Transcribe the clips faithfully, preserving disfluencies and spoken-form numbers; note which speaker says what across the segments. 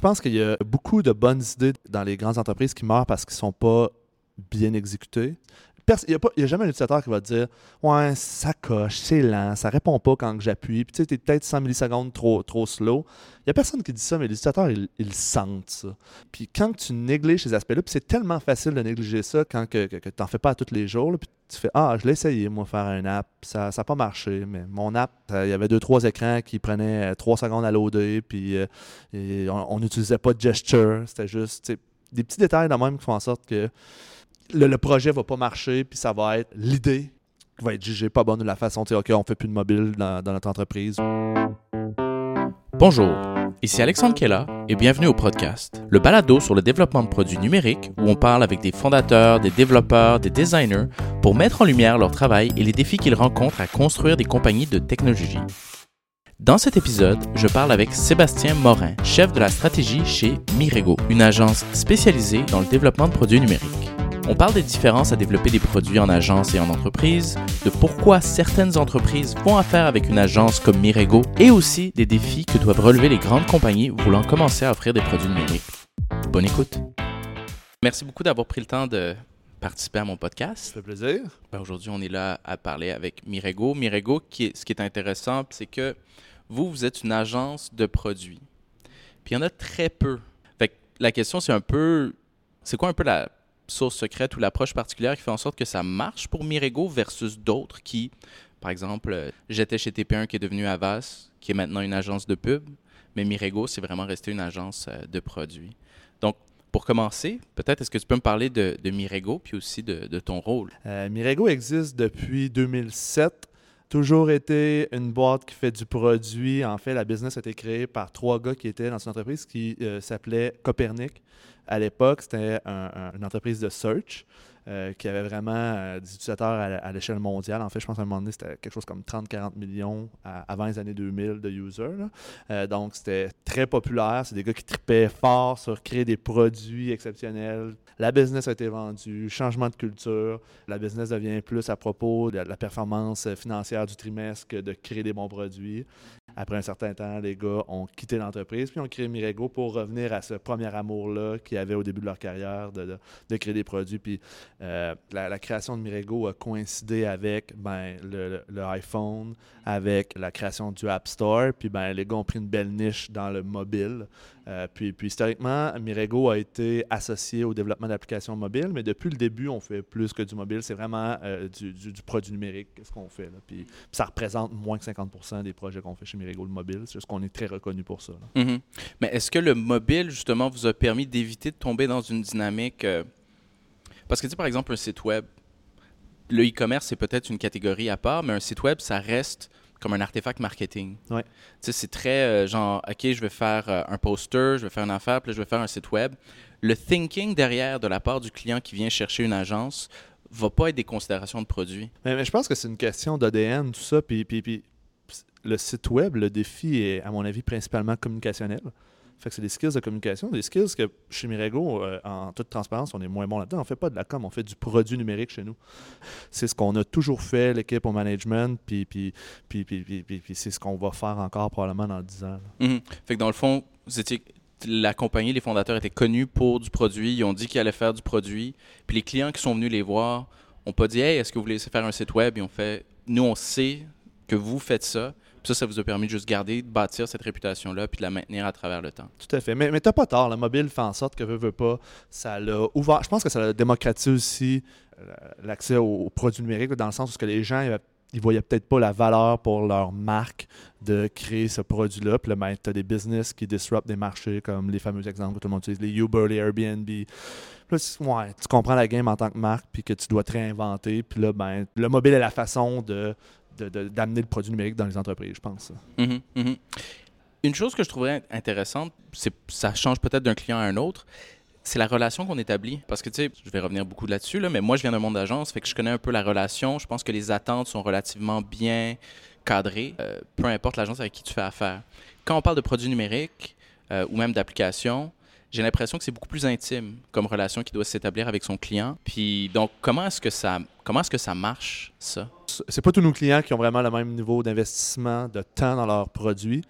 Speaker 1: pense qu'il y a beaucoup de bonnes idées dans les grandes entreprises qui meurent parce qu'ils ne sont pas bien exécutées. Il n'y a, a jamais un utilisateur qui va te dire « Ouais, ça coche, c'est lent, ça répond pas quand j'appuie, puis tu sais, t'es peut-être cent millisecondes trop, trop slow. » Il n'y a personne qui dit ça, mais les utilisateurs, ils, ils sentent ça. Puis quand tu négliges ces aspects-là, puis c'est tellement facile de négliger ça quand que, que, que tu n'en fais pas à tous les jours, là, puis tu fais « Ah, je l'ai essayé, moi, faire une app, ça n'a pas marché, mais mon app, il y avait deux, trois écrans qui prenaient trois secondes à loader, puis euh, on n'utilisait pas de gesture, c'était juste des petits détails de même qui font en sorte que Le, le projet va pas marcher, puis ça va être l'idée qui va être jugée pas bonne de la façon, tu sais, OK, on fait plus de mobile dans, dans notre entreprise.
Speaker 2: Bonjour, ici Alexandre Kella et bienvenue au podcast, le balado sur le développement de produits numériques où on parle avec des fondateurs, des développeurs, des designers pour mettre en lumière leur travail et les défis qu'ils rencontrent à construire des compagnies de technologie. Dans cet épisode, je parle avec Sébastien Morin, chef de la stratégie chez Mirego, une agence spécialisée dans le développement de produits numériques. On parle des différences à développer des produits en agence et en entreprise, de pourquoi certaines entreprises font affaire avec une agence comme Mirego et aussi des défis que doivent relever les grandes compagnies voulant commencer à offrir des produits numériques. Bonne écoute! Merci beaucoup d'avoir pris le temps de participer à mon podcast.
Speaker 1: Ça fait plaisir.
Speaker 2: Ben, aujourd'hui, on est là à parler avec Mirego. Mirego, qui est, ce qui est intéressant, c'est que vous, vous êtes une agence de produits. Puis il y en a très peu. Fait que la question, c'est un peu, c'est quoi un peu la source secrète ou l'approche particulière qui fait en sorte que ça marche pour Mirego versus d'autres qui, par exemple, j'étais chez T P un qui est devenu Havas, qui est maintenant une agence de pub, mais Mirego, c'est vraiment resté une agence de produits. Donc, pour commencer, peut-être est-ce que tu peux me parler de, de Mirego puis aussi de, de ton rôle?
Speaker 1: Euh, Mirego existe depuis deux mille sept. Toujours été une boîte qui fait du produit. En fait, la business a été créée par trois gars qui étaient dans une entreprise qui euh, s'appelait Copernic. À l'époque, c'était un, un, une entreprise de search euh, qui avait vraiment euh, des utilisateurs à, à l'échelle mondiale. En fait, je pense qu'à un moment donné, c'était quelque chose comme trente à quarante millions à, avant les années deux mille de users. Là. Euh, donc, c'était très populaire. C'est des gars qui tripaient fort sur créer des produits exceptionnels. La business a été vendue, changement de culture. La business devient plus à propos de la performance financière du trimestre que de créer des bons produits. Après un certain temps, les gars ont quitté l'entreprise puis ont créé Mirego pour revenir à ce premier amour-là qu'ils avaient au début de leur carrière de, de, de créer des produits. Puis euh, la, la création de Mirego a coïncidé avec ben, le, le, le iPhone, avec la création du App Store. Puis ben, les gars ont pris une belle niche dans le mobile. Euh, puis, puis historiquement, Mirego a été associé au développement d'applications mobiles, mais depuis le début, on fait plus que du mobile. C'est vraiment euh, du, du, du produit numérique, ce qu'on fait. Là. Puis, puis ça représente moins que cinquante pour cent des projets qu'on fait chez Mirego, le mobile. C'est juste qu'on est très reconnu pour ça.
Speaker 2: Mm-hmm. Mais est-ce que le mobile, justement, vous a permis d'éviter de tomber dans une dynamique... Euh... Parce que, tu sais, par exemple, un site web, le e-commerce, c'est peut-être une catégorie à part, mais un site web, ça reste comme un artefact marketing.
Speaker 1: Ouais.
Speaker 2: Tu sais, c'est très euh, genre, OK, je vais faire euh, un poster, je vais faire une affaire, puis là, je vais faire un site web. Le thinking derrière de la part du client qui vient chercher une agence va pas être des considérations de produit.
Speaker 1: Mais, mais je pense que c'est une question d'A D N, tout ça. Puis, puis, puis le site web, le défi est, à mon avis, principalement communicationnel. Fait que c'est des skills de communication, des skills que chez Mirego, euh, en toute transparence, on est moins bon là-dedans. On ne fait pas de la com, on fait du produit numérique chez nous. C'est ce qu'on a toujours fait, l'équipe au management, puis, puis, puis, puis, puis, puis, puis c'est ce qu'on va faire encore probablement dans dix ans.
Speaker 2: Mm-hmm. Fait que dans le fond, vous étiez, la compagnie, les fondateurs étaient connus pour du produit, ils ont dit qu'ils allaient faire du produit, puis les clients qui sont venus les voir n'ont pas dit « Hey, est-ce que vous voulez faire un site web? » Ils ont fait « Nous, on sait que vous faites ça. » Ça, ça vous a permis de juste garder, de bâtir cette réputation-là puis de la maintenir à travers le temps.
Speaker 1: Tout à fait. Mais, mais tu n'as pas tort. Le mobile fait en sorte que, veut, veut pas, ça l'a ouvert. Je pense que ça a démocratisé aussi l'accès aux, aux produits numériques, dans le sens où que les gens, ils ne voyaient peut-être pas la valeur pour leur marque de créer ce produit-là. Puis là, ben, tu as des business qui disruptent des marchés, comme les fameux exemples que tout le monde utilise, les Uber, les Airbnb. Plus, ouais, tu comprends la game en tant que marque puis que tu dois te réinventer. Puis là, ben, le mobile est la façon de... De, de, d'amener le produit numérique dans les entreprises, je pense.
Speaker 2: Mm-hmm, mm-hmm. Une chose que je trouverais intéressante, c'est ça change peut-être d'un client à un autre, c'est la relation qu'on établit. Parce que, tu sais, je vais revenir beaucoup là-dessus, là, mais moi, je viens d'un monde d'agence, fait que je connais un peu la relation. Je pense que les attentes sont relativement bien cadrées, euh, peu importe l'agence avec qui tu fais affaire. Quand on parle de produits numériques euh, ou même d'applications, j'ai l'impression que c'est beaucoup plus intime comme relation qui doit s'établir avec son client. Puis donc, comment est-ce que ça, comment est-ce que ça marche, ça?
Speaker 1: C'est pas tous nos clients qui ont vraiment le même niveau d'investissement de temps dans leurs produits.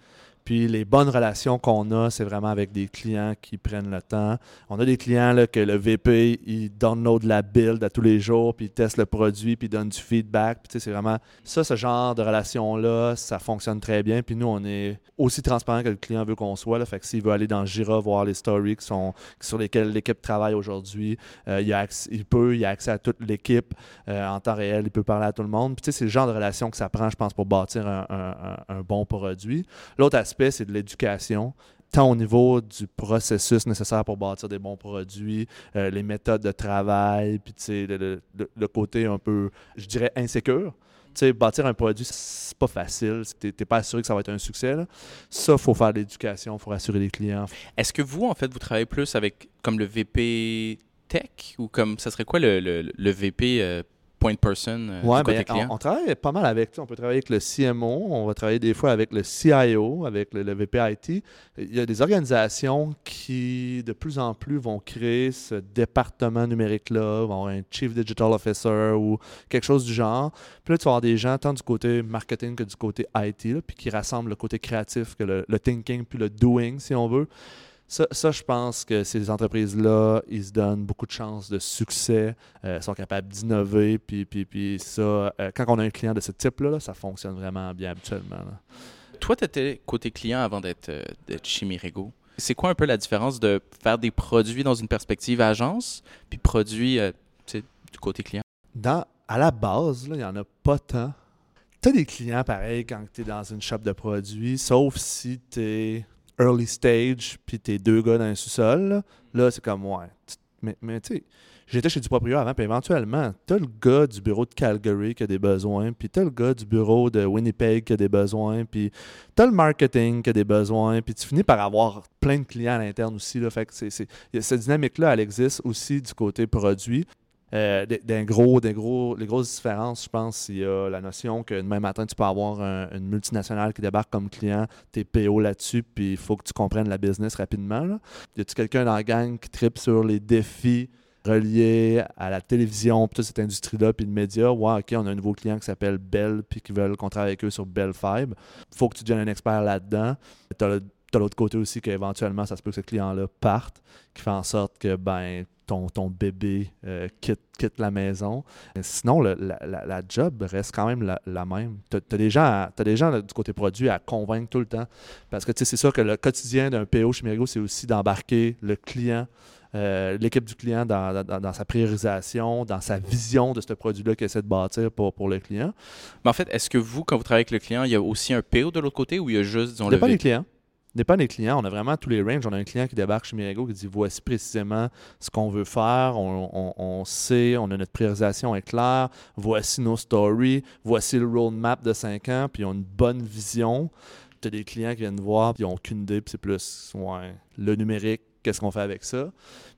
Speaker 1: Puis les bonnes relations qu'on a, c'est vraiment avec des clients qui prennent le temps. On a des clients là, que le V P, il download la build à tous les jours, puis il teste le produit, puis il donne du feedback. Puis tu sais, c'est vraiment ça, ce genre de relation-là, ça fonctionne très bien. Puis nous, on est aussi transparent que le client veut qu'on soit. Là. Fait que s'il veut aller dans Jira voir les stories qui sont, sur lesquelles l'équipe travaille aujourd'hui, euh, il, a accès, il peut, il a accès à toute l'équipe euh, en temps réel, il peut parler à tout le monde. Puis tu sais, c'est le genre de relation que ça prend, je pense, pour bâtir un, un, un, un bon produit. L'autre aspect, c'est de l'éducation, tant au niveau du processus nécessaire pour bâtir des bons produits, euh, les méthodes de travail, puis tu sais, le, le, le côté un peu, je dirais, insécure. Tu sais, bâtir un produit, c'est pas facile. Tu n'es pas assuré que ça va être un succès. Là. Ça, il faut faire de l'éducation, il faut rassurer les clients.
Speaker 2: Est-ce que vous, en fait, vous travaillez plus avec comme le V P Tech ou comme, ça serait quoi le, le, le V P euh, point person euh,
Speaker 1: ouais,
Speaker 2: du côté
Speaker 1: ben,
Speaker 2: client?
Speaker 1: On, on travaille pas mal avec, on peut travailler avec le C M O, on va travailler des fois avec le C I O, avec le, le V P I T. Il y a des organisations qui, de plus en plus, vont créer ce département numérique-là, vont avoir un Chief Digital Officer ou quelque chose du genre. Puis là, tu vas avoir des gens, tant du côté marketing que du côté I T, là, puis qui rassemblent le côté créatif, que le, le thinking, puis le doing, si on veut. Ça, ça, je pense que ces entreprises-là, ils se donnent beaucoup de chances de succès, euh, sont capables d'innover, puis, puis, puis ça, euh, quand on a un client de ce type-là, là, ça fonctionne vraiment bien habituellement. Là.
Speaker 2: Toi, tu étais côté client avant d'être, euh, d'être chez Mirego. C'est quoi un peu la différence de faire des produits dans une perspective agence, puis produits euh, du côté client?
Speaker 1: Dans, à la base, il n'y en a pas tant. Tu as des clients pareils quand tu es dans une shop de produits, sauf si tu es early stage, puis t'es deux gars dans un sous-sol, là, là c'est comme, ouais. Mais, mais tu sais, j'étais chez Duproprio avant, puis éventuellement, t'as le gars du bureau de Calgary qui a des besoins, puis t'as le gars du bureau de Winnipeg qui a des besoins, puis t'as le marketing qui a des besoins, puis tu finis par avoir plein de clients à l'interne aussi, là. Fait que c'est, c'est, cette dynamique-là, elle existe aussi du côté produit. Euh, d'un gros, des gros, les grosses différences, je pense, il y a la notion que demain matin, tu peux avoir un, une multinationale qui débarque comme client, t'es P O là-dessus, puis il faut que tu comprennes la business rapidement. Là. Y a-tu quelqu'un dans la gang qui tripe sur les défis reliés à la télévision, puis toute cette industrie-là, puis le média? Ouais, OK, on a un nouveau client qui s'appelle Bell, puis qui veulent qu'on travaille avec eux sur Bell Fibre. Il faut que tu deviennes un expert là-dedans. T'as le de l'autre côté aussi qu'éventuellement, ça se peut que ce client-là parte, qui fait en sorte que ben ton, ton bébé euh, quitte, quitte la maison. Mais sinon, le, la, la, la job reste quand même la, la même. Tu as des gens, à, t'as des gens là, du côté produit à convaincre tout le temps. Parce que c'est sûr que le quotidien d'un P O chez Mirego, c'est aussi d'embarquer le client, euh, l'équipe du client dans, dans, dans sa priorisation, dans sa vision de ce produit-là qu'il essaie de bâtir pour, pour le client.
Speaker 2: Mais en fait, est-ce que vous, quand vous travaillez avec le client, il y a aussi un P O de l'autre côté ou il y a juste, disons, le
Speaker 1: V P? Clients. Dépend des clients. On a vraiment tous les ranges. On a un client qui débarque chez Mirego qui dit voici précisément ce qu'on veut faire. On, on, on sait, on a notre priorisation est claire. Voici nos stories. Voici le roadmap de cinq ans. Puis ils ont une bonne vision. Tu as des clients qui viennent voir puis ils n'ont aucune idée. Puis c'est plus ouais, le numérique. Qu'est-ce qu'on fait avec ça?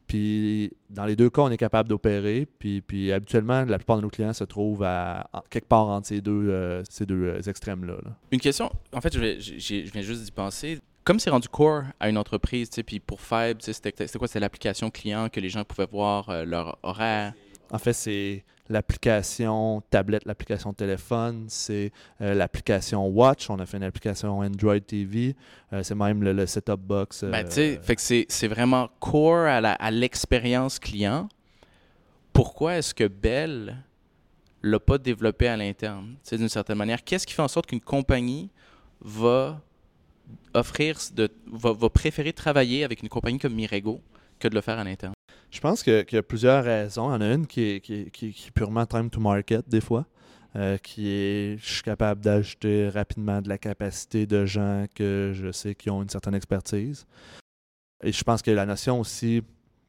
Speaker 1: Puis dans les deux cas, on est capable d'opérer. Puis, puis habituellement, la plupart de nos clients se trouvent à, à quelque part entre ces deux, euh, ces deux euh, extrêmes-là. Là.
Speaker 2: Une question, en fait, je, vais, je, je viens juste d'y penser. Comme c'est rendu core à une entreprise, puis pour Fibre, c'était, c'était quoi? C'était l'application client que les gens pouvaient voir euh, leur horaire?
Speaker 1: En fait, c'est l'application tablette, l'application téléphone, c'est euh, l'application Watch. On a fait une application Android T V. Euh, c'est même le, le set-top box. Euh,
Speaker 2: ben, tu sais, fait que c'est, c'est vraiment core à, la, à l'expérience client. Pourquoi est-ce que Bell l'a pas développé à l'interne? Tu sais, d'une certaine manière, qu'est-ce qui fait en sorte qu'une compagnie va offrir, de, va, va préférer travailler avec une compagnie comme Mirego que de le faire à l'interne?
Speaker 1: Je pense que, qu'il y a plusieurs raisons. Il y en a une qui est, qui est, qui est, qui est purement time to market, des fois, euh, qui est je suis capable d'ajouter rapidement de la capacité de gens que je sais qui ont une certaine expertise. Et je pense que la notion aussi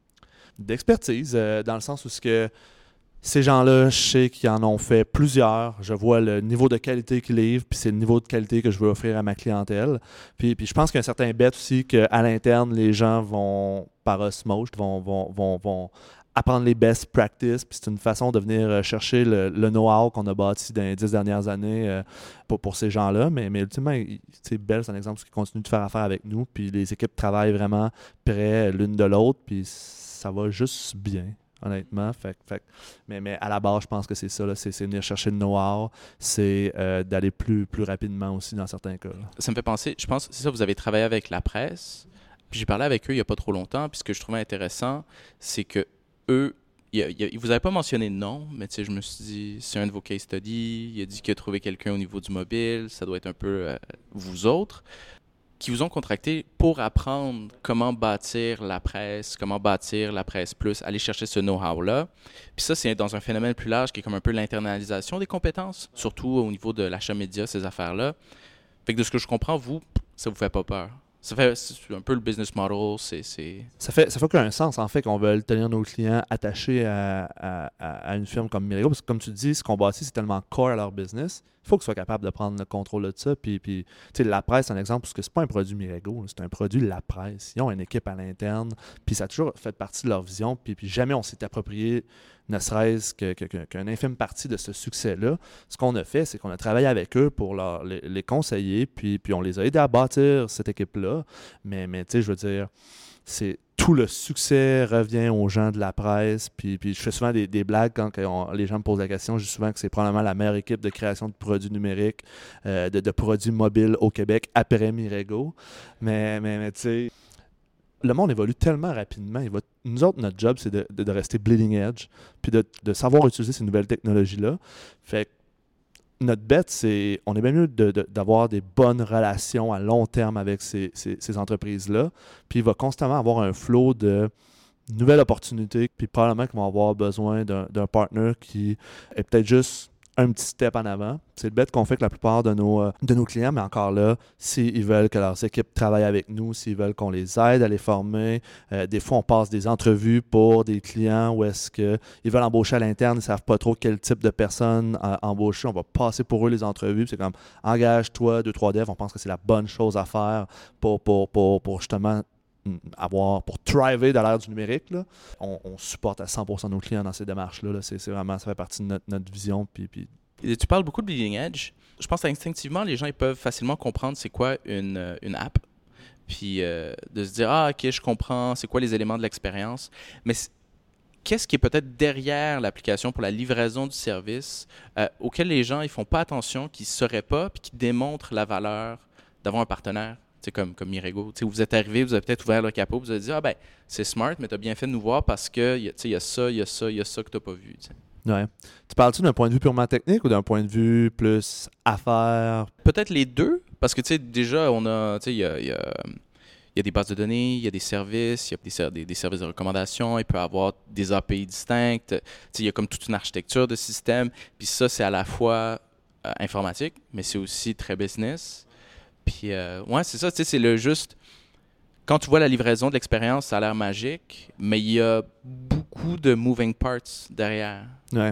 Speaker 1: d'expertise, euh, dans le sens où ce que ces gens-là, je sais qu'ils en ont fait plusieurs. Je vois le niveau de qualité qu'ils livrent, puis c'est le niveau de qualité que je veux offrir à ma clientèle. Puis, puis je pense qu'il y a un certain bet aussi qu'à l'interne, les gens vont, par osmose, vont, vont, vont, vont apprendre les best practices. Puis c'est une façon de venir chercher le, le know-how qu'on a bâti dans les dix dernières années euh, pour, pour ces gens-là. Mais, mais ultimement, Bell, c'est un exemple qui continue de faire affaire avec nous. Puis les équipes travaillent vraiment près l'une de l'autre. Puis ça va juste bien. honnêtement. Fait, fait, mais, mais à la base, je pense que c'est ça, là, c'est, c'est venir chercher le know-how, c'est euh, d'aller plus, plus rapidement aussi dans certains cas. Là.
Speaker 2: Ça me fait penser, je pense, c'est ça, vous avez travaillé avec la presse, puis j'ai parlé avec eux il n'y a pas trop longtemps, puis ce que je trouvais intéressant, c'est que eux, il, il, il vous n'avez pas mentionné de nom, mais tu sais, je me suis dit, c'est un de vos case studies, il a dit qu'il a trouvé quelqu'un au niveau du mobile, ça doit être un peu euh, vous autres, qui vous ont contracté pour apprendre comment bâtir la presse, comment bâtir la presse plus, aller chercher ce know-how-là. Puis ça, c'est dans un phénomène plus large qui est comme un peu l'internalisation des compétences, surtout au niveau de l'achat média, ces affaires-là. Fait que de ce que je comprends, vous, ça vous fait pas peur. Ça fait c'est un peu le business model, c'est... c'est...
Speaker 1: Ça fait, ça fait aucun sens, en fait, qu'on veuille tenir nos clients attachés à, à, à une firme comme Mirego, parce que comme tu dis, ce qu'on bâtit, c'est tellement core à leur business. Il faut qu'ils soient capables de prendre le contrôle de ça. Puis, puis tu sais, la presse, c'est un exemple, parce que c'est pas un produit Mirego, c'est un produit La Presse. Ils ont une équipe à l'interne, puis ça a toujours fait partie de leur vision, puis, puis jamais on s'est approprié, ne serait-ce que, que, que, qu'une infime partie de ce succès-là. Ce qu'on a fait, c'est qu'on a travaillé avec eux pour leur, les, les conseiller, puis, puis on les a aidés à bâtir cette équipe-là. Mais, mais tu sais, je veux dire, c'est tout le succès revient aux gens de la presse. Puis, puis je fais souvent des, des blagues quand on, les gens me posent la question. Je dis souvent que c'est probablement la meilleure équipe de création de produits numériques, euh, de, de produits mobiles au Québec après Mirego. Mais, mais, mais tu sais, le monde évolue tellement rapidement. Il va, nous autres, notre job, c'est de, de, de rester bleeding edge, puis de, de savoir utiliser ces nouvelles technologies-là. Fait que notre bête, c'est on est bien mieux de, de, d'avoir des bonnes relations à long terme avec ces, ces, ces entreprises-là. Puis il va constamment avoir un flow de nouvelles opportunités. Puis probablement qu'ils vont avoir besoin d'un, d'un partner qui est peut-être juste un petit step en avant. C'est le bête qu'on fait avec la plupart de nos, euh, de nos clients, mais encore là, s'ils veulent que leurs équipes travaillent avec nous, s'ils veulent qu'on les aide à les former, euh, des fois on passe des entrevues pour des clients où est-ce qu'ils veulent embaucher à l'interne, ils ne savent pas trop quel type de personne euh, embaucher, on va passer pour eux les entrevues, c'est comme engage-toi, deux trois devs, on pense que c'est la bonne chose à faire pour, pour, pour, pour justement avoir, pour thriver dans l'ère du numérique, là. On, on supporte à cent pour cent nos clients dans ces démarches-là. Là. C'est, c'est vraiment, ça fait partie de notre, notre vision. Puis, puis...
Speaker 2: Et tu parles beaucoup de bleeding edge. Je pense qu'instinctivement, les gens ils peuvent facilement comprendre c'est quoi une, une app. Puis euh, de se dire, ah, ok, je comprends, c'est quoi les éléments de l'expérience. Mais qu'est-ce qui est peut-être derrière l'application pour la livraison du service euh, auquel les gens ils font pas attention, qui ne sauraient pas, puis qui démontrent la valeur d'avoir un partenaire? C'est comme, comme Mirego. T'sais, vous êtes arrivé, vous avez peut-être ouvert le capot, vous avez dit, ah ben, c'est smart, mais tu as bien fait de nous voir parce qu'il y, y a ça, il y a ça, il y a ça que tu n'as pas vu. T'sais.
Speaker 1: Ouais. Tu parles-tu d'un point de vue purement technique ou d'un point de vue plus affaires?
Speaker 2: Peut-être les deux, parce que tu sais, déjà, on a, tu sais, il y a, y, a, y a des bases de données, il y a des services, il y a des, des, des services de recommandation, il peut y avoir des A P I distinctes, il y a comme toute une architecture de système, puis ça, c'est à la fois euh, informatique, mais c'est aussi très business. Puis, euh, ouais, c'est ça, tu sais, c'est le juste... Quand tu vois la livraison de l'expérience, ça a l'air magique, mais il y a beaucoup de moving parts derrière.
Speaker 1: Ouais.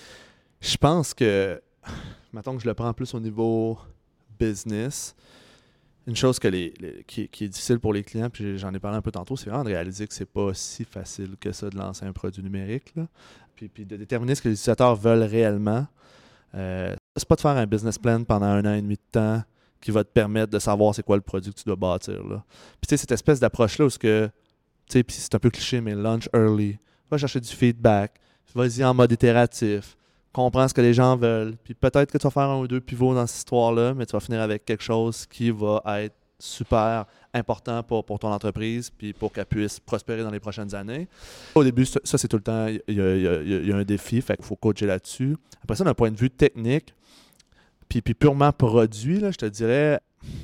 Speaker 1: Je pense que, mettons que je le prends plus au niveau business, une chose que les, les, qui, qui est difficile pour les clients, puis j'en ai parlé un peu tantôt, c'est vraiment de réaliser que c'est pas si facile que ça de lancer un produit numérique, là. Puis, puis de déterminer ce que les utilisateurs veulent réellement. Euh, c'est pas de faire un business plan pendant un an et demi de temps qui va te permettre de savoir c'est quoi le produit que tu dois bâtir, là. Puis tu sais, cette espèce d'approche-là où ce que, tu sais, puis c'est un peu cliché, mais launch early, va chercher du feedback, vas-y en mode itératif, comprends ce que les gens veulent, puis peut-être que tu vas faire un ou deux pivots dans cette histoire-là, mais tu vas finir avec quelque chose qui va être super important pour, pour ton entreprise, puis pour qu'elle puisse prospérer dans les prochaines années. Au début, ça, ça c'est tout le temps, il y, y, y, y a un défi, fait qu'il faut coacher là-dessus. Après ça, d'un point de vue technique, Puis, puis purement produit, là, je te dirais,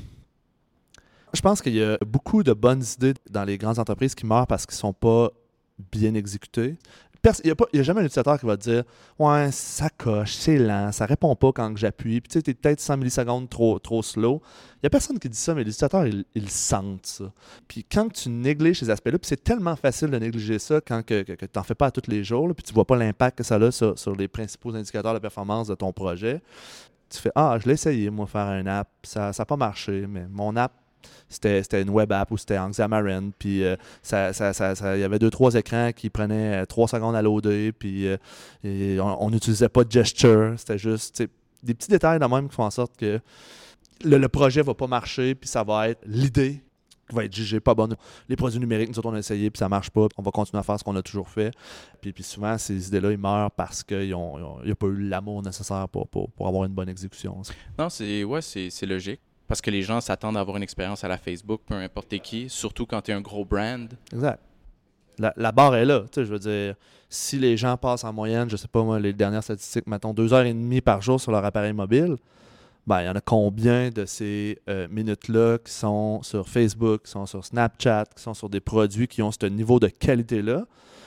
Speaker 1: je pense qu'il y a beaucoup de bonnes idées dans les grandes entreprises qui meurent parce qu'ils ne sont pas bien exécutés. Il n'y a, a jamais un utilisateur qui va te dire « Ouais, ça coche, c'est lent, ça ne répond pas quand j'appuie. » Puis tu sais, tu es peut-être cent millisecondes trop, trop slow. Il n'y a personne qui dit ça, mais les utilisateurs, ils, ils sentent ça. Puis quand tu négliges ces aspects-là, puis c'est tellement facile de négliger ça quand que, que, que tu n'en fais pas à tous les jours, là, puis tu ne vois pas l'impact que ça a sur, sur les principaux indicateurs de performance de ton projet. Tu fais « Ah, je l'ai essayé, moi, faire une app. Ça n'a pas marché, mais mon app, c'était, c'était une web app ou c'était en Xamarin. Puis euh, ça, ça, ça, ça, il y avait deux, trois écrans qui prenaient trois secondes à loader. Puis euh, on n'utilisait pas de gesture. C'était juste des petits détails de même qui font en sorte que le, le projet ne va pas marcher. Puis ça va être l'idée qui va être jugée pas bonne. Les produits numériques, nous autres, on a essayé, puis ça marche pas. On va continuer à faire ce qu'on a toujours fait. Puis, puis souvent, ces idées-là, ils meurent parce qu'il n'y a pas eu l'amour nécessaire pour, pour, pour avoir une bonne exécution.
Speaker 2: Non, c'est, ouais, c'est, c'est logique. Parce que les gens s'attendent à avoir une expérience à la Facebook, peu importe qui, surtout quand tu es un gros brand.
Speaker 1: Exact. La, la barre est là. Je veux dire, si les gens passent en moyenne, je sais pas moi, les dernières statistiques, mettons deux heures et demie par jour sur leur appareil mobile, ben, il y en a combien de ces euh, minutes-là qui sont sur Facebook, qui sont sur Snapchat, qui sont sur des produits qui ont ce niveau de qualité-là?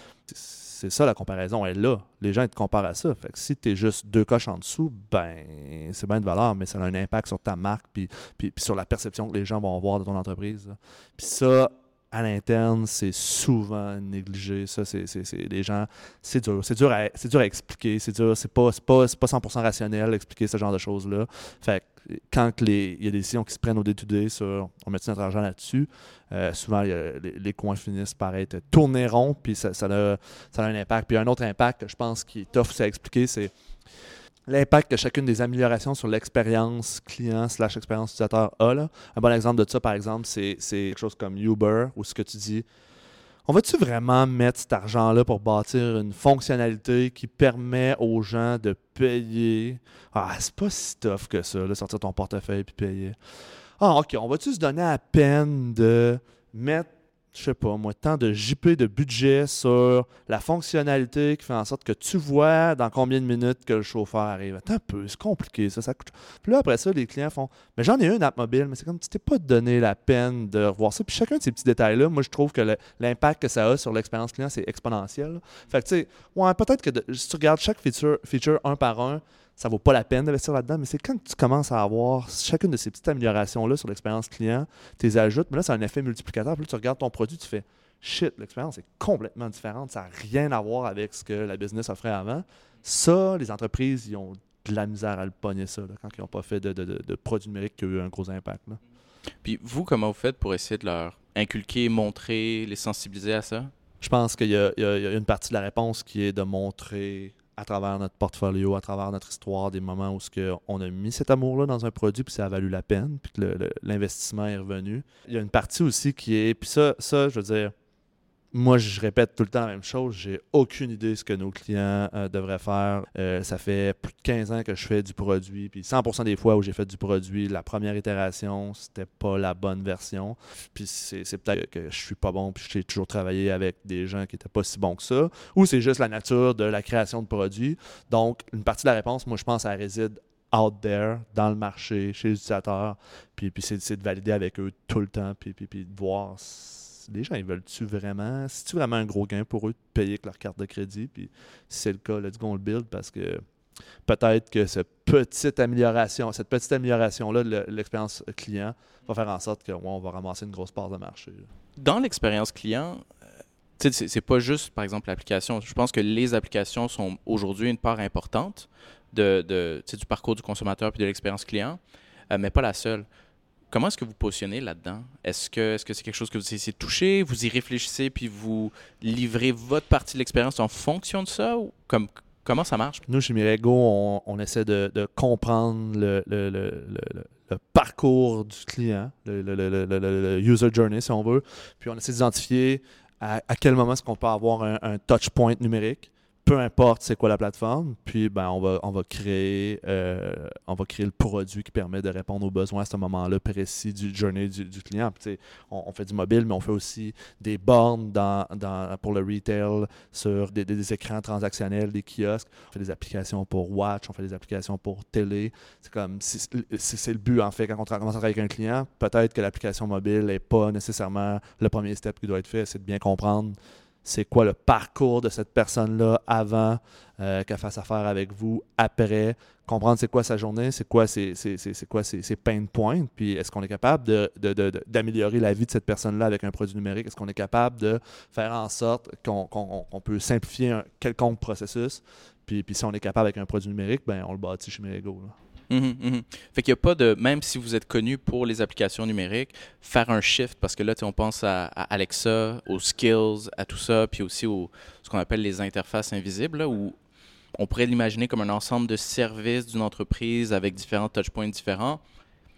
Speaker 1: C'est ça, la comparaison est là. Les gens ils te comparent à ça. Fait que si tu es juste deux coches en dessous, ben c'est bien de valeur, mais ça a un impact sur ta marque puis, puis, puis sur la perception que les gens vont avoir de ton entreprise. Là. Puis ça, à l'interne, c'est souvent négligé. Ça, c'est, c'est, c'est les gens, c'est dur. C'est dur à, c'est dur à expliquer. C'est dur. C'est pas, c'est pas, c'est pas cent pour cent rationnel d'expliquer ce genre de choses-là. Fait que quand les, il y a des décisions qui se prennent au day-to-day sur on met notre argent là-dessus, euh, souvent il y a, les, les coins finissent par être tournés ronds, puis ça, ça, a, ça a un impact. Puis un autre impact que je pense qui est tough à expliquer, c'est l'impact que chacune des améliorations sur l'expérience client slash expérience utilisateur a. Là. Un bon exemple de ça, par exemple, c'est, c'est quelque chose comme Uber, où ce que tu dis, on va-tu vraiment mettre cet argent-là pour bâtir une fonctionnalité qui permet aux gens de payer? Ah, c'est pas si tough que ça, là, sortir ton portefeuille puis payer. Ah, OK, on va-tu se donner à peine de mettre je sais pas, moi, tant de J P de budget sur la fonctionnalité qui fait en sorte que tu vois dans combien de minutes que le chauffeur arrive. Attends un peu, c'est compliqué, ça, ça coûte. Puis là, après ça, les clients font, mais j'en ai une app mobile, mais c'est comme, tu t'es pas donné la peine de revoir ça. Puis chacun de ces petits détails-là, moi, je trouve que le, l'impact que ça a sur l'expérience client, c'est exponentiel. Là. Fait que, tu sais, ouais, peut-être que de, si tu regardes chaque feature, feature un par un, ça vaut pas la peine d'investir là-dedans, mais c'est quand tu commences à avoir chacune de ces petites améliorations-là sur l'expérience client, tu les ajoutes, mais là, c'est un effet multiplicateur. Puis là, tu regardes ton produit, tu fais « Shit, l'expérience est complètement différente, ça n'a rien à voir avec ce que la business offrait avant. » Ça, les entreprises, ils ont de la misère à le pogner, ça, là, quand ils n'ont pas fait de, de, de, de produits numériques qui ont eu un gros impact. Là.
Speaker 2: Puis vous, comment vous faites pour essayer de leur inculquer, montrer, les sensibiliser à ça?
Speaker 1: Je pense qu'il y a, il y a, il y a une partie de la réponse qui est de montrer à travers notre portfolio, à travers notre histoire, des moments où ce que on a mis cet amour-là dans un produit puis ça a valu la peine, puis que le, le, l'investissement est revenu. Il y a une partie aussi qui est... Puis ça, ça, je veux dire, moi, je répète tout le temps la même chose. J'ai aucune idée de ce que nos clients euh, devraient faire. Euh, ça fait plus de quinze ans que je fais du produit. Puis cent pour cent des fois où j'ai fait du produit, la première itération, c'était pas la bonne version. Puis c'est, c'est peut-être que je suis pas bon puis j'ai toujours travaillé avec des gens qui étaient pas si bons que ça. Ou c'est juste la nature de la création de produits. Donc, une partie de la réponse, moi, je pense, elle réside out there, dans le marché, chez les utilisateurs. Puis, puis c'est, c'est de valider avec eux tout le temps puis, puis, puis de voir... Les gens, ils veulent-tu vraiment, c'est-tu vraiment un gros gain pour eux de payer avec leur carte de crédit? Puis si c'est le cas, let's go, on le build parce que peut-être que cette petite amélioration, cette petite amélioration-là de l'expérience client va faire en sorte qu'on ouais, va ramasser une grosse part de marché. Là.
Speaker 2: Dans l'expérience client, c'est, c'est pas juste, par exemple, l'application. Je pense que les applications sont aujourd'hui une part importante de, de, du parcours du consommateur puis de l'expérience client, euh, mais pas la seule. Comment est-ce que vous positionnez là-dedans? Est-ce que, est-ce que c'est quelque chose que vous essayez de toucher, vous y réfléchissez, puis vous livrez votre partie de l'expérience en fonction de ça? Ou comme, comment ça marche?
Speaker 1: Nous, chez Mirego, on, on essaie de, de comprendre le, le, le, le, le parcours du client, le, le, le, le, le user journey, si on veut. Puis on essaie d'identifier à, à quel moment est-ce qu'on peut avoir un, un touch point numérique. Peu importe c'est quoi la plateforme, puis ben on va on va créer euh, on va créer le produit qui permet de répondre aux besoins à ce moment-là précis du journey du, du client. Puis, on, on fait du mobile, mais on fait aussi des bornes dans, dans, pour le retail sur des, des, des écrans transactionnels, des kiosques. On fait des applications pour Watch, on fait des applications pour télé. C'est comme c'est, c'est, c'est le but en fait quand on tra- commence à travailler avec un client. Peut-être que l'application mobile n'est pas nécessairement le premier step qui doit être fait, c'est de bien comprendre. C'est quoi le parcours de cette personne-là avant euh, qu'elle fasse affaire avec vous, après, comprendre c'est quoi sa journée, c'est quoi ses, c'est, c'est, c'est quoi ses, ses pain points, puis est-ce qu'on est capable de, de, de, de, d'améliorer la vie de cette personne-là avec un produit numérique, est-ce qu'on est capable de faire en sorte qu'on, qu'on, qu'on peut simplifier un quelconque processus, puis, puis si on est capable avec un produit numérique, ben on le bâtit chez Mirego, là.
Speaker 2: Mm-hmm, mm-hmm. Fait qu'il n'y a pas de, même si vous êtes connu pour les applications numériques, faire un shift, parce que là, on pense à, à Alexa, aux skills, à tout ça, puis aussi aux ce qu'on appelle les interfaces invisibles, là, où on pourrait l'imaginer comme un ensemble de services d'une entreprise avec différents touchpoints différents.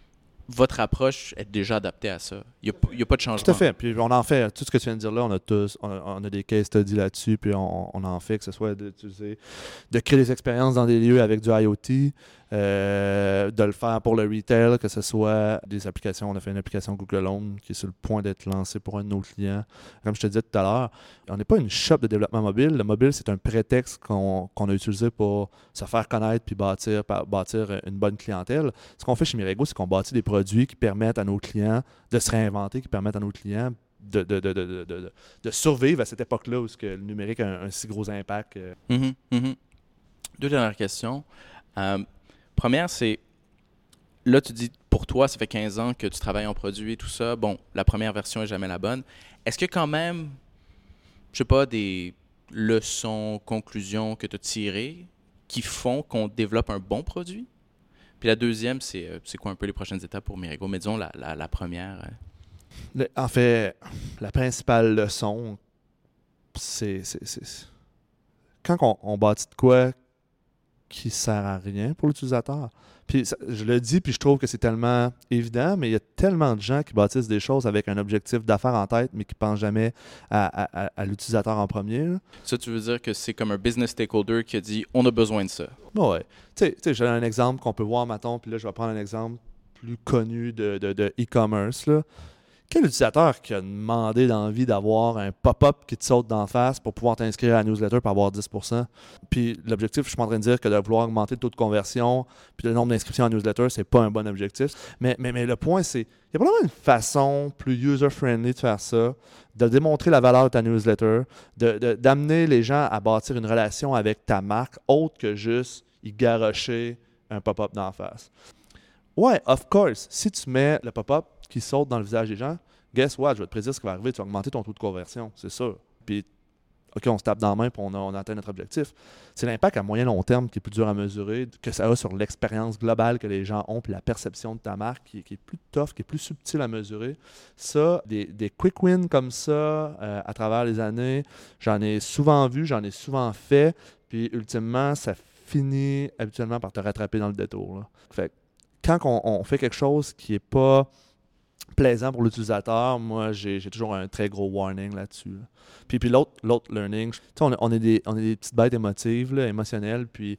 Speaker 2: votre approche est déjà adaptée à ça. Il n'y a, a pas de changement.
Speaker 1: Tout à fait. Puis on en fait, tout ce que tu viens de dire là, on a tous, on a, on a des case studies là-dessus, puis on, on en fait, que ce soit d'utiliser, de créer des expériences dans des lieux avec du IoT, euh, de le faire pour le retail, que ce soit des applications. On a fait une application Google Home qui est sur le point d'être lancée pour un de nos clients. Comme je te disais tout à l'heure, on n'est pas une shop de développement mobile. Le mobile, c'est un prétexte qu'on, qu'on a utilisé pour se faire connaître puis bâtir, bâtir une bonne clientèle. Ce qu'on fait chez Mirego, c'est qu'on bâtit des produits qui permettent à nos clients de se réinventer, qui permettent à nos clients de, de, de, de, de, de, de survivre à cette époque-là où que le numérique a un, un si gros impact.
Speaker 2: Mm-hmm, mm-hmm. Deux dernières questions. Euh, première, c'est, là, tu dis, pour toi, ça fait quinze ans que tu travailles en produit et tout ça. Bon, la première version n'est jamais la bonne. Est-ce que quand même, je sais pas, des leçons, conclusions que tu as tirées qui font qu'on développe un bon produit? Puis la deuxième, c'est, c'est quoi un peu les prochaines étapes pour Mirego? Mais disons la, la, la première. Euh...
Speaker 1: Le, en fait, la principale leçon, c'est, c'est, c'est quand on, on bâtit de quoi qui sert à rien pour l'utilisateur. Puis ça, je le dis, puis je trouve que c'est tellement évident, mais il y a tellement de gens qui bâtissent des choses avec un objectif d'affaires en tête, mais qui ne pensent jamais à, à, à l'utilisateur en premier. Là.
Speaker 2: Ça, tu veux dire que c'est comme un business stakeholder qui a dit « on a besoin de ça ».
Speaker 1: Oui. Tu sais, j'ai un exemple qu'on peut voir, mettons, puis là, je vais prendre un exemple plus connu de, de, de e-commerce, là. Quel utilisateur qui a demandé d'envie d'avoir un pop-up qui te saute d'en face pour pouvoir t'inscrire à la newsletter pour avoir dix pour cent? Puis l'objectif, je suis pas en train de dire que de vouloir augmenter le taux de conversion puis le nombre d'inscriptions à la newsletter, c'est pas un bon objectif. Mais, mais, mais le point, c'est il y a probablement une façon plus user-friendly de faire ça, de démontrer la valeur de ta newsletter, de, de, d'amener les gens à bâtir une relation avec ta marque autre que juste y garrocher un pop-up d'en face. Ouais, of course, si tu mets le pop-up qui saute dans le visage des gens, guess what, je vais te prédire ce qui va arriver, tu vas augmenter ton taux de conversion, c'est sûr. Puis, OK, on se tape dans la main et on, on atteint notre objectif. C'est l'impact à moyen long terme qui est plus dur à mesurer, que ça a sur l'expérience globale que les gens ont, puis la perception de ta marque qui, qui est plus tough, qui est plus subtile à mesurer. Ça, des, des quick wins comme ça, euh, à travers les années, j'en ai souvent vu, j'en ai souvent fait, puis ultimement, ça finit habituellement par te rattraper dans le détour. Là. Fait quand on, on fait quelque chose qui n'est pas plaisant pour l'utilisateur, moi, j'ai, j'ai toujours un très gros warning là-dessus. Là. Puis, puis l'autre, l'autre learning, on, on, est des, on est des petites bêtes émotives, là, émotionnelles, puis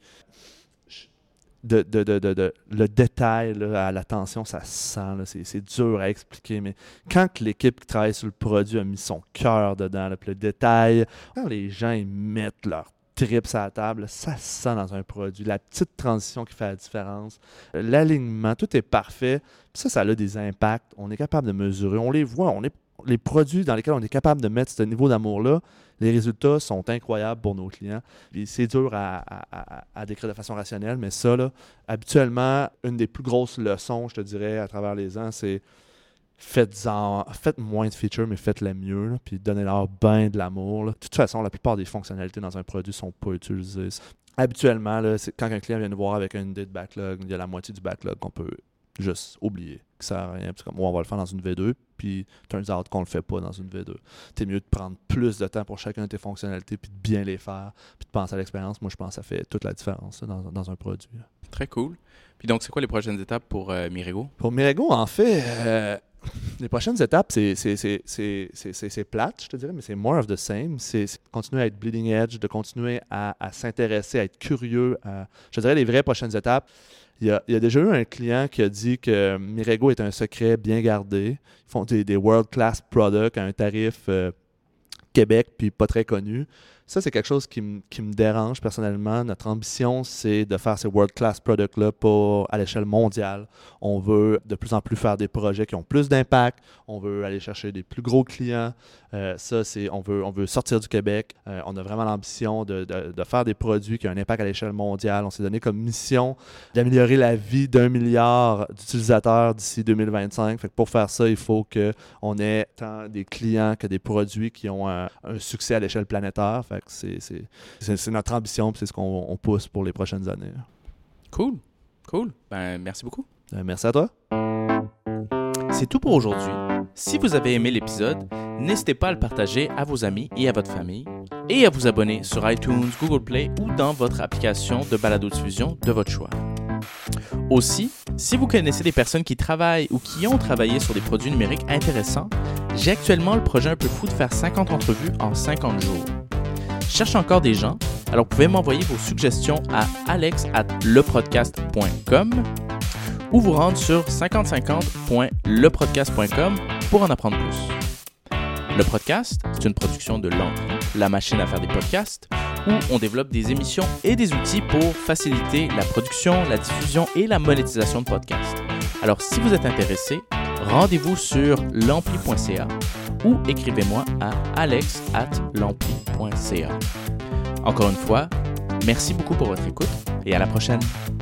Speaker 1: de, de, de, de, de, le détail là, à l'attention, ça se sent, là, c'est, c'est dur à expliquer, mais quand l'équipe qui travaille sur le produit a mis son cœur dedans, là, puis le détail, quand les gens ils mettent leur trips à la table, ça se sent dans un produit. La petite transition qui fait la différence, l'alignement, tout est parfait. Puis ça, ça a des impacts. On est capable de mesurer. On les voit. On est, les produits dans lesquels on est capable de mettre ce niveau d'amour-là, les résultats sont incroyables pour nos clients. Puis c'est dur à, à, à, à décrire de façon rationnelle, mais ça, là, habituellement, une des plus grosses leçons, je te dirais, à travers les ans, c'est Faites-en, faites moins de features, mais faites-les mieux, là, puis donnez-leur bien de l'amour. Là. De toute façon, la plupart des fonctionnalités dans un produit ne sont pas utilisées. Habituellement, là, c'est, quand un client vient nous voir avec une idée de backlog, il y a la moitié du backlog qu'on peut juste oublier, qui ne sert à rien. Puis comme, oh, on va le faire dans une V deux, puis turns out qu'on ne le fait pas dans une V deux. C'est mieux de prendre plus de temps pour chacune de tes fonctionnalités, puis de bien les faire, puis de penser à l'expérience. Moi, je pense que ça fait toute la différence là, dans, dans un produit. Là.
Speaker 2: Très cool. Puis donc, c'est quoi les prochaines étapes pour euh, Mirego?
Speaker 1: Pour Mirego, en fait... Euh, les prochaines étapes, c'est, c'est, c'est, c'est, c'est, c'est, c'est plate, je te dirais, mais c'est more of the same. C'est, c'est continuer à être bleeding edge, de continuer à, à s'intéresser, à être curieux. À, je te dirais les vraies prochaines étapes. Il y, a, il y a déjà eu un client qui a dit que Mirego est un secret bien gardé. Ils font des, des world-class products à un tarif euh, Québec, puis pas très connu. Ça, c'est quelque chose qui, m- qui me dérange personnellement. Notre ambition, c'est de faire ces world-class products-là pour, à l'échelle mondiale. On veut de plus en plus faire des projets qui ont plus d'impact. On veut aller chercher des plus gros clients. Euh, ça, c'est, on veut, on veut sortir du Québec. Euh, on a vraiment l'ambition de, de, de faire des produits qui ont un impact à l'échelle mondiale. On s'est donné comme mission d'améliorer la vie d'un milliard d'utilisateurs d'ici deux mille vingt-cinq. Fait que pour faire ça, il faut qu'on ait tant des clients que des produits qui ont un, un succès à l'échelle planétaire. Fait que c'est, c'est, c'est, c'est notre ambition et c'est ce qu'on on pousse pour les prochaines années.
Speaker 2: Cool. Cool. Ben, merci beaucoup.
Speaker 1: Euh, merci à toi.
Speaker 2: C'est tout pour aujourd'hui. Si vous avez aimé l'épisode, n'hésitez pas à le partager à vos amis et à votre famille et à vous abonner sur iTunes, Google Play ou dans votre application de balado-diffusion de votre choix. Aussi, si vous connaissez des personnes qui travaillent ou qui ont travaillé sur des produits numériques intéressants, j'ai actuellement le projet un peu fou de faire cinquante entrevues en cinquante jours. Je cherche encore des gens, alors vous pouvez m'envoyer vos suggestions à alex arobase lepodcast point com ou vous rendre sur cinquante cinquante point lepodcast point com pour en apprendre plus. Le podcast, c'est une production de l'Ampli, la machine à faire des podcasts, où on développe des émissions et des outils pour faciliter la production, la diffusion et la monétisation de podcasts. Alors, si vous êtes intéressé, rendez-vous sur l'ampli point c a ou écrivez-moi à alex arobase l'ampli point c a. Encore une fois, merci beaucoup pour votre écoute et à la prochaine.